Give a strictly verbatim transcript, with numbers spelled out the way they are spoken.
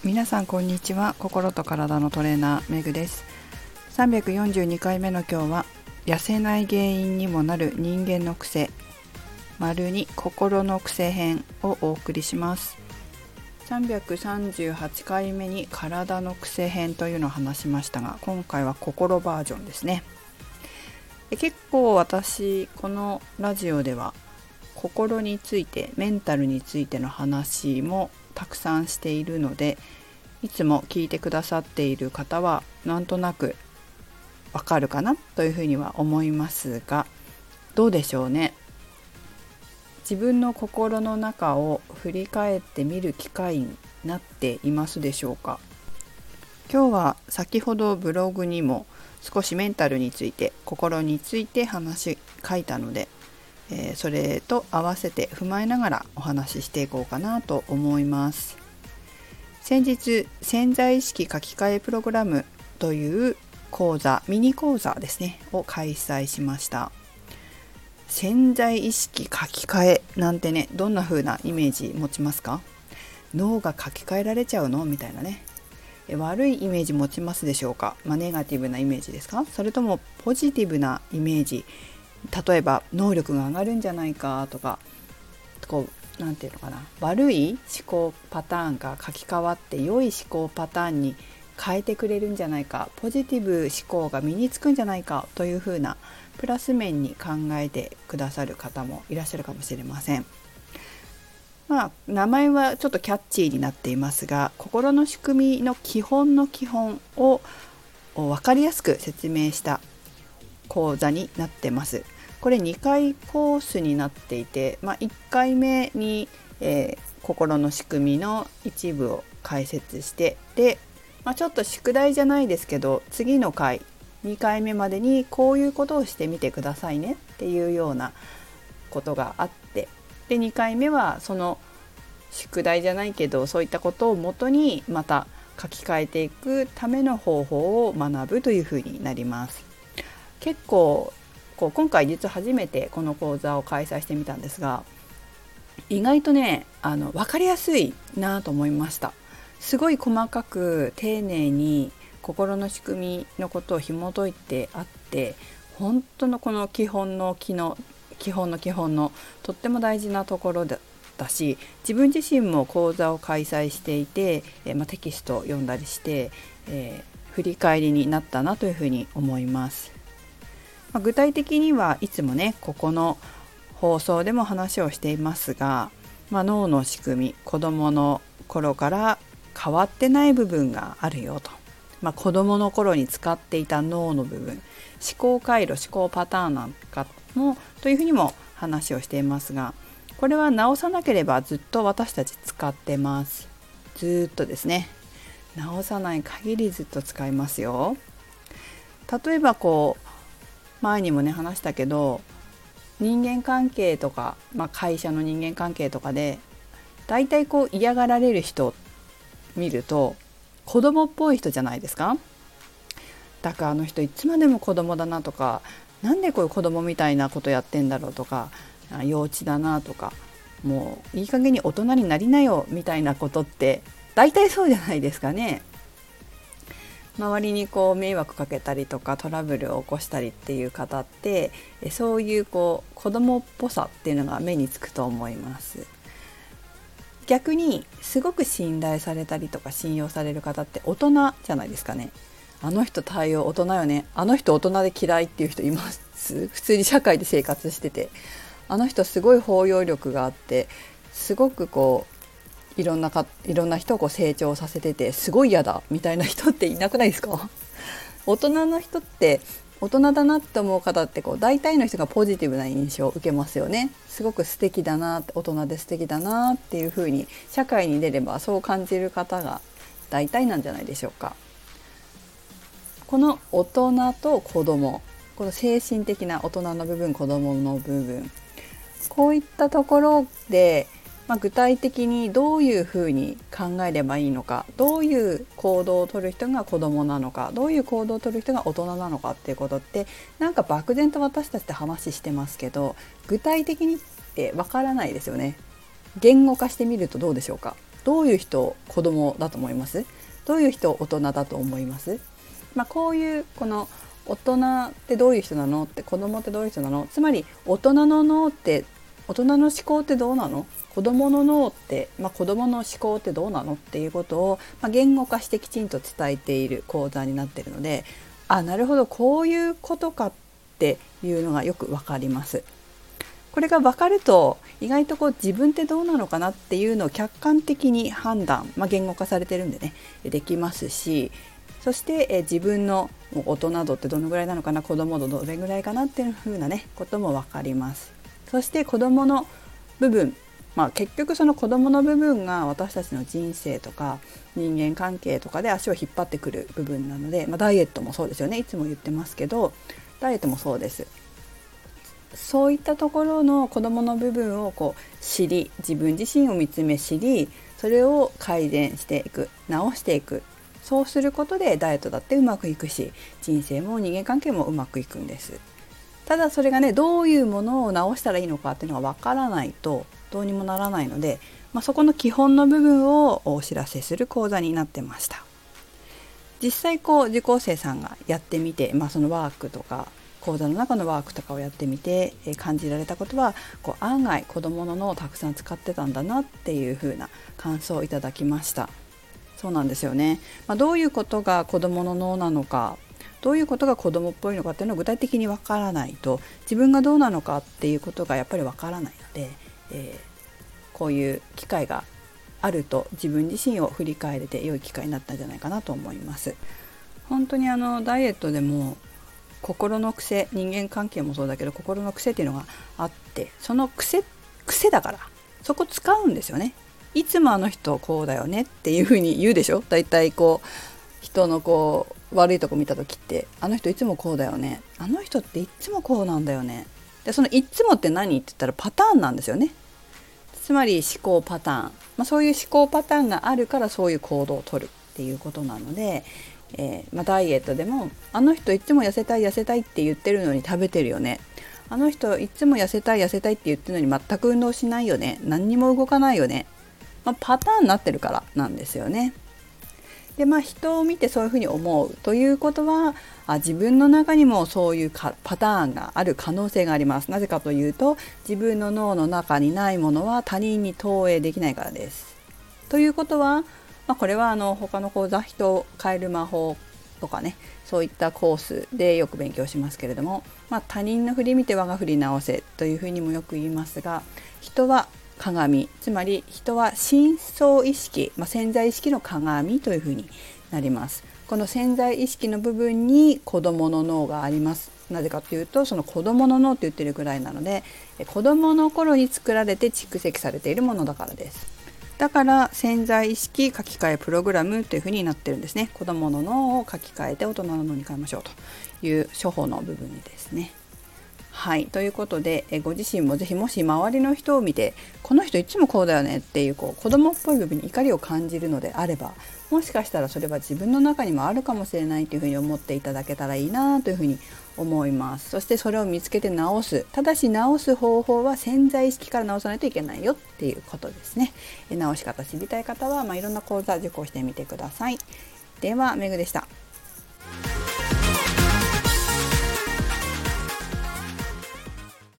皆さんこんにちは。心と体のトレーナーめぐです。さんびゃくよんじゅうにかいめの今日は、痩せない原因にもなる人間の癖丸に心の癖編をお送りします。さんびゃくさんじゅうはちかいめに体の癖編というのを話しましたが、今回は心バージョンですね。で結構私このラジオでは心について、メンタルについての話もたくさんしているので、いつも聞いてくださっている方はなんとなくわかるかなというふうには思いますが、どうでしょうね。自分の心の中を振り返ってみる機会になっていますでしょうか。今日は先ほどブログにも少しメンタルについて、心について話書いたので、えー、それと合わせて踏まえながらお話ししていこうかなと思います。先日、潜在意識書き換えプログラムという講座、ミニ講座ですね、を開催しました。潜在意識書き換えなんてね、どんな風なイメージ持ちますか？脳が書き換えられちゃうのみたいなね。悪いイメージ持ちますでしょうか？まあ、ネガティブなイメージですか？それともポジティブなイメージ、例えば能力が上がるんじゃないかとか、こうなんていうのかな、悪い思考パターンが書き換わって良い思考パターンに変えてくれるんじゃないか、ポジティブ思考が身につくんじゃないかというふうなプラス面に考えてくださる方もいらっしゃるかもしれません。まあ、名前はちょっとキャッチーになっていますが、心の仕組みの基本の基本を分かりやすく説明した講座になってます。これにかいコースになっていて、まあ、いっかいめに、えー、心の仕組みの一部を解説して、で、まあ、ちょっと宿題じゃないですけど、次の回にかいめまでにこういうことをしてみてくださいねっていうようなことがあって、でにかいめはその宿題じゃないけど、そういったことをもとにまた書き換えていくための方法を学ぶというふうになります。結構こう今回実は初めてこの講座を開催してみたんですが、意外とね、あの分かりやすいなと思いました。すごい細かく丁寧に心の仕組みのことを紐解いてあって、本当のこの基本の基の基本の基本のとっても大事なところだったし、自分自身も講座を開催していて、えーまあ、テキストを読んだりして、えー、振り返りになったなというふうに思います。まあ、具体的にはいつもね、ここの放送でも話をしていますが、まあ、脳の仕組み、子どもの頃から変わってない部分があるよと、まあ、子どもの頃に使っていた脳の部分、思考回路、思考パターンなんかもというふうにも話をしていますが、これは直さなければずっと私たち使ってます。ずっとですね、直さない限りずっと使いますよ。例えばこう前にもね話したけど、人間関係とか、まあ、会社の人間関係とかでだいたいこう嫌がられる人見ると子供っぽい人じゃないですか。だからあの人いつまでも子供だなとか、なんでこういう子供みたいなことやってんだろうとか、幼稚だなとか、もういい加減に大人になりなよみたいなことって大体そうじゃないですかね。周りにこう迷惑かけたりとかトラブルを起こしたりっていう方って、そういうこう子供っぽさっていうのが目につくと思います。逆にすごく信頼されたりとか信用される方って大人じゃないですかね。あの人対応大人よね、あの人大人で嫌いっていう人います？普通に社会で生活してて、あの人すごい包容力があって、すごくこういろんなかいろんな人をこう成長させてて、すごい嫌だみたいな人っていなくないですか？大人の人って、大人だなって思う方ってこう大体の人がポジティブな印象を受けますよね。すごく素敵だな、大人で素敵だなっていう風に社会に出ればそう感じる方が大体なんじゃないでしょうか。この大人と子供、この精神的な大人の部分、子供の部分、こういったところで、まあ、具体的にどういうふうに考えればいいのか、どういう行動を取る人が子供なのか、どういう行動を取る人が大人なのかっていうことって、なんか漠然と私たちって話してますけど、具体的にってわからないですよね。言語化してみるとどうでしょうか。 どういう人子供だと思います？どういう人大人だと思います？まあ、こういうこの大人ってどういう人なのって、子供ってどういう人なの、つまり大人の脳って大人の思考ってどうなの、子供の脳って、まあ、子供の思考ってどうなのっていうことを、まあ、言語化してきちんと伝えている講座になっているので、あ、なるほど、こういうことかっていうのがよくわかります。これが分かると意外とこう自分ってどうなのかなっていうのを客観的に判断、まあ、言語化されてるんでねできますし、そしてえ自分の大人度ってどのぐらいなのかな、子供度どれぐらいかなっていう風なねことも分かります。そして子供の部分、まあ、結局その子供の部分が私たちの人生とか人間関係とかで足を引っ張ってくる部分なので、まあ、ダイエットもそうですよね。いつも言ってますけどダイエットもそうです。そういったところの子どもの部分をこう知り、自分自身を見つめ知り、それを改善していく、直していく、そうすることでダイエットだってうまくいくし、人生も人間関係もうまくいくんです。ただそれがね、どういうものを直したらいいのかっていうのがわからないとどうにもならないので、まあ、そこの基本の部分をお知らせする講座になってました。実際こう受講生さんがやってみて、まあ、そのワークとか講座の中のワークとかをやってみて感じられたことは、こう案外子どもの脳をたくさん使ってたんだなっていう風な感想をいただきました。そうなんですよね、まあ、どういうことが子どもの脳なのか、どういうことが子どもっぽいのかっていうのを具体的にわからないと自分がどうなのかっていうことがやっぱりわからないので、えー、こういう機会があると自分自身を振り返れて良い機会になったんじゃないかなと思います。本当にあのダイエットでも心の癖、人間関係もそうだけど心の癖っていうのがあって、その癖癖だからそこ使うんですよね。いつもあの人こうだよねっていう風に言うでしょ。だいたいこう人のこう悪いとこ見た時って、あの人いつもこうだよね、あの人っていつもこうなんだよね。でそのいつもって何って言ったらパターンなんですよね。つまり思考パターン、まあ、そういう思考パターンがあるからそういう行動をとるっていうことなので、えーまあ、ダイエットでもあの人いつも痩せたい痩せたいって言ってるのに食べてるよね、あの人いつも痩せたい痩せたいって言ってるのに全く運動しないよね、何にも動かないよね、まあ、パターンになってるからなんですよね。でまあ人を見てそういうふうに思うということは、あ自分の中にもそういうかパターンがある可能性があります。なぜかというと自分の脳の中にないものは他人に投影できないからです。ということは、まあ、これはあの他の講座、人を変える魔法とかね、そういったコースでよく勉強しますけれども、まあ、他人の振り見て我が振り直せというふうにもよく言いますが、人は鏡、つまり人は深層意識、まあ、潜在意識の鏡というふうになります。この潜在意識の部分に子どもの脳があります。なぜかというとその子どもの脳と言ってるぐらいなので、子どもの頃に作られて蓄積されているものだからです。だから潜在意識書き換えプログラムというふうになってるんですね。子どもの脳を書き換えて大人の脳に変えましょうという処方の部分にですね。はい、ということでえご自身もぜひ、もし周りの人を見てこの人いつもこうだよねっていう、こう子供っぽい部分に怒りを感じるのであれば、もしかしたらそれは自分の中にもあるかもしれないというふうに思っていただけたらいいなというふうに思います。そしてそれを見つけて直す。ただし直す方法は潜在意識から直さないといけないよっていうことですね。直し方知りたい方は、まあ、いろんな講座受講してみてください。ではめぐでした。